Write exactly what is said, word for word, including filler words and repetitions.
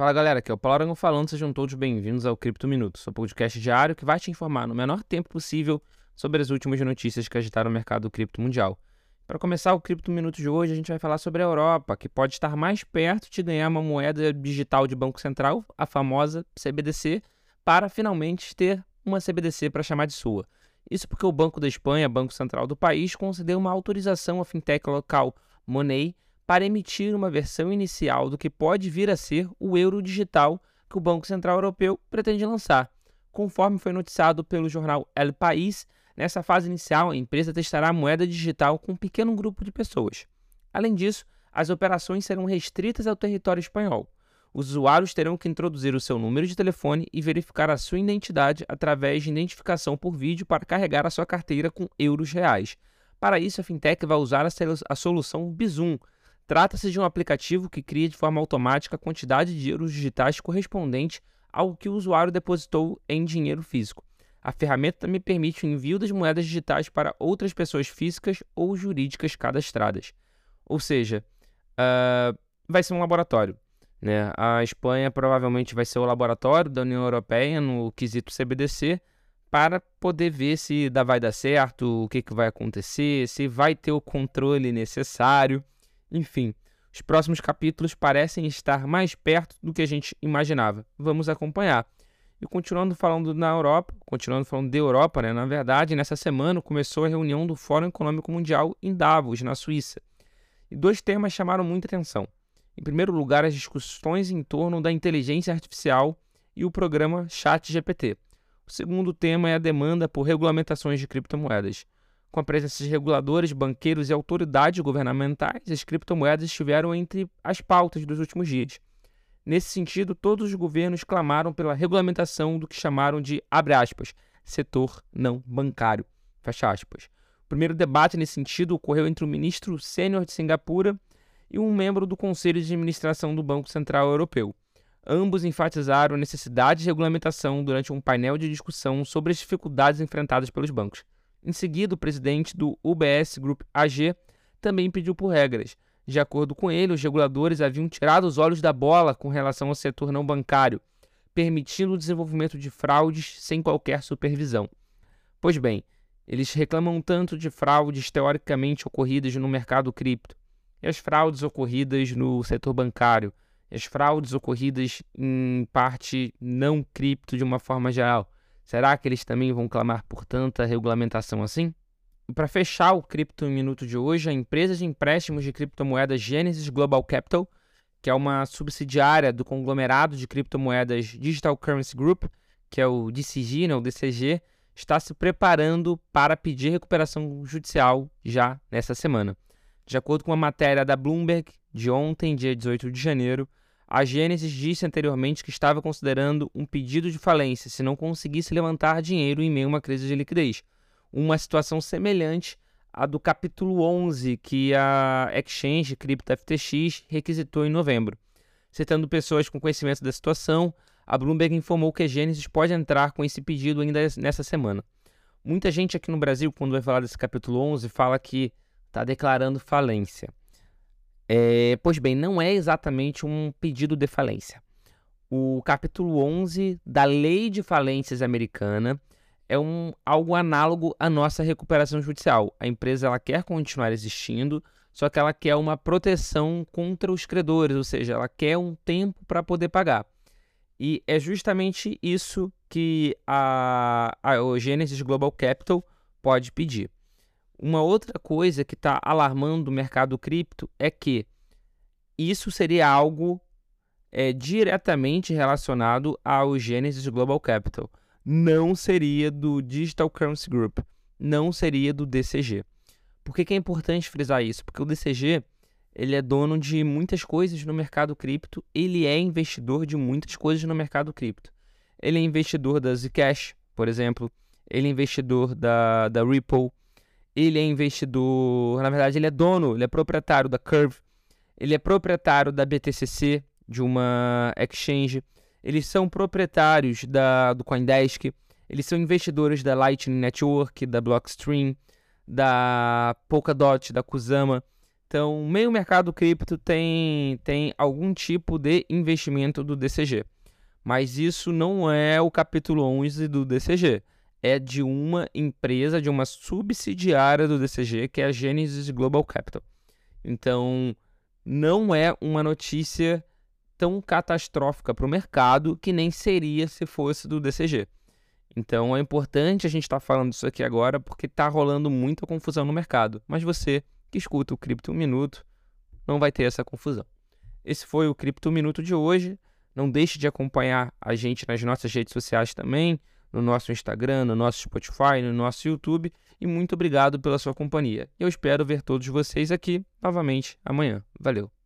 Fala galera, aqui é o Paulo Arango falando, sejam todos bem-vindos ao Cripto Minuto, seu podcast diário que vai te informar no menor tempo possível sobre as últimas notícias que agitaram o mercado cripto mundial. Para começar o Cripto Minuto de hoje, a gente vai falar sobre a Europa, que pode estar mais perto de ganhar uma moeda digital de Banco Central, a famosa C B D C, para finalmente ter uma C B D C para chamar de sua. Isso porque o Banco da Espanha, Banco Central do país, concedeu uma autorização à fintech local Money para emitir uma versão inicial do que pode vir a ser o euro digital que o Banco Central Europeu pretende lançar. Conforme foi noticiado pelo jornal El País, nessa fase inicial a empresa testará a moeda digital com um pequeno grupo de pessoas. Além disso, as operações serão restritas ao território espanhol. Os usuários terão que introduzir o seu número de telefone e verificar a sua identidade através de identificação por vídeo para carregar a sua carteira com euros reais. Para isso, a fintech vai usar a solução Bizum. Trata-se de um aplicativo que cria de forma automática a quantidade de euros digitais correspondente ao que o usuário depositou em dinheiro físico. A ferramenta também permite o envio das moedas digitais para outras pessoas físicas ou jurídicas cadastradas. Ou seja, uh, vai ser um laboratório, né? A Espanha provavelmente vai ser o laboratório da União Europeia no quesito C B D C para poder ver se vai dar certo, o que, que vai acontecer, se vai ter o controle necessário. Enfim, os próximos capítulos parecem estar mais perto do que a gente imaginava. Vamos acompanhar. E continuando falando na Europa, continuando falando da Europa, né? Na verdade, nessa semana começou a reunião do Fórum Econômico Mundial em Davos, na Suíça. E dois temas chamaram muita atenção. Em primeiro lugar, as discussões em torno da inteligência artificial e o programa ChatGPT. O segundo tema é a demanda por regulamentações de criptomoedas. Com a presença de reguladores, banqueiros e autoridades governamentais, as criptomoedas estiveram entre as pautas dos últimos dias. Nesse sentido, todos os governos clamaram pela regulamentação do que chamaram de, abre aspas, setor não bancário, fecha aspas. O primeiro debate nesse sentido ocorreu entre o ministro sênior de Singapura e um membro do Conselho de Administração do Banco Central Europeu. Ambos enfatizaram a necessidade de regulamentação durante um painel de discussão sobre as dificuldades enfrentadas pelos bancos. Em seguida, o presidente do U B S Group A G também pediu por regras. De acordo com ele, os reguladores haviam tirado os olhos da bola com relação ao setor não bancário, permitindo o desenvolvimento de fraudes sem qualquer supervisão. Pois bem, eles reclamam tanto de fraudes teoricamente ocorridas no mercado cripto, e as fraudes ocorridas no setor bancário, e as fraudes ocorridas em parte não cripto de uma forma geral. Será que eles também vão clamar por tanta regulamentação assim? E para fechar o Cripto Minuto de hoje, a empresa de empréstimos de criptomoedas Genesis Global Capital, que é uma subsidiária do conglomerado de criptomoedas Digital Currency Group, que é o D C G, né, o D C G, está se preparando para pedir recuperação judicial já nessa semana. De acordo com a matéria da Bloomberg de ontem, dia dezoito de janeiro, a Genesis disse anteriormente que estava considerando um pedido de falência se não conseguisse levantar dinheiro em meio a uma crise de liquidez. Uma situação semelhante à do capítulo onze que a exchange Crypto F T X requisitou em novembro. Citando pessoas com conhecimento da situação, a Bloomberg informou que a Genesis pode entrar com esse pedido ainda nessa semana. Muita gente aqui no Brasil, quando vai falar desse capítulo onze, fala que está declarando falência. É, pois bem, não é exatamente um pedido de falência. O capítulo onze da Lei de Falências americana é um, algo análogo à nossa recuperação judicial. A empresa ela quer continuar existindo, só que ela quer uma proteção contra os credores, ou seja, ela quer um tempo para poder pagar. E é justamente isso que a, a Genesis Global Capital pode pedir. Uma outra coisa que está alarmando o mercado cripto é que isso seria algo é, diretamente relacionado ao Genesis Global Capital. Não seria do Digital Currency Group, não seria do D C G. Por que que é importante frisar isso? Porque o D C G ele é dono de muitas coisas no mercado cripto, ele é investidor de muitas coisas no mercado cripto. Ele é investidor da Zcash, por exemplo, ele é investidor da, da Ripple, ele é investidor, na verdade ele é dono, ele é proprietário da Curve, ele é proprietário da B T C C, de uma exchange, eles são proprietários da, do CoinDesk, eles são investidores da Lightning Network, da Blockstream, da Polkadot, da Kusama. Então, meio mercado cripto tem, tem algum tipo de investimento do D C G. Mas isso não é o capítulo onze do D C G. É de uma empresa, de uma subsidiária do D C G, que é a Genesis Global Capital. Então, não é uma notícia tão catastrófica para o mercado que nem seria se fosse do D C G. Então, é importante a gente estar tá falando disso aqui agora porque está rolando muita confusão no mercado. Mas você que escuta o Cripto Minuto não vai ter essa confusão. Esse foi o Cripto Minuto de hoje. Não deixe de acompanhar a gente nas nossas redes sociais também, no nosso Instagram, no nosso Spotify, no nosso YouTube. E muito obrigado pela sua companhia. Eu espero ver todos vocês aqui novamente amanhã. Valeu!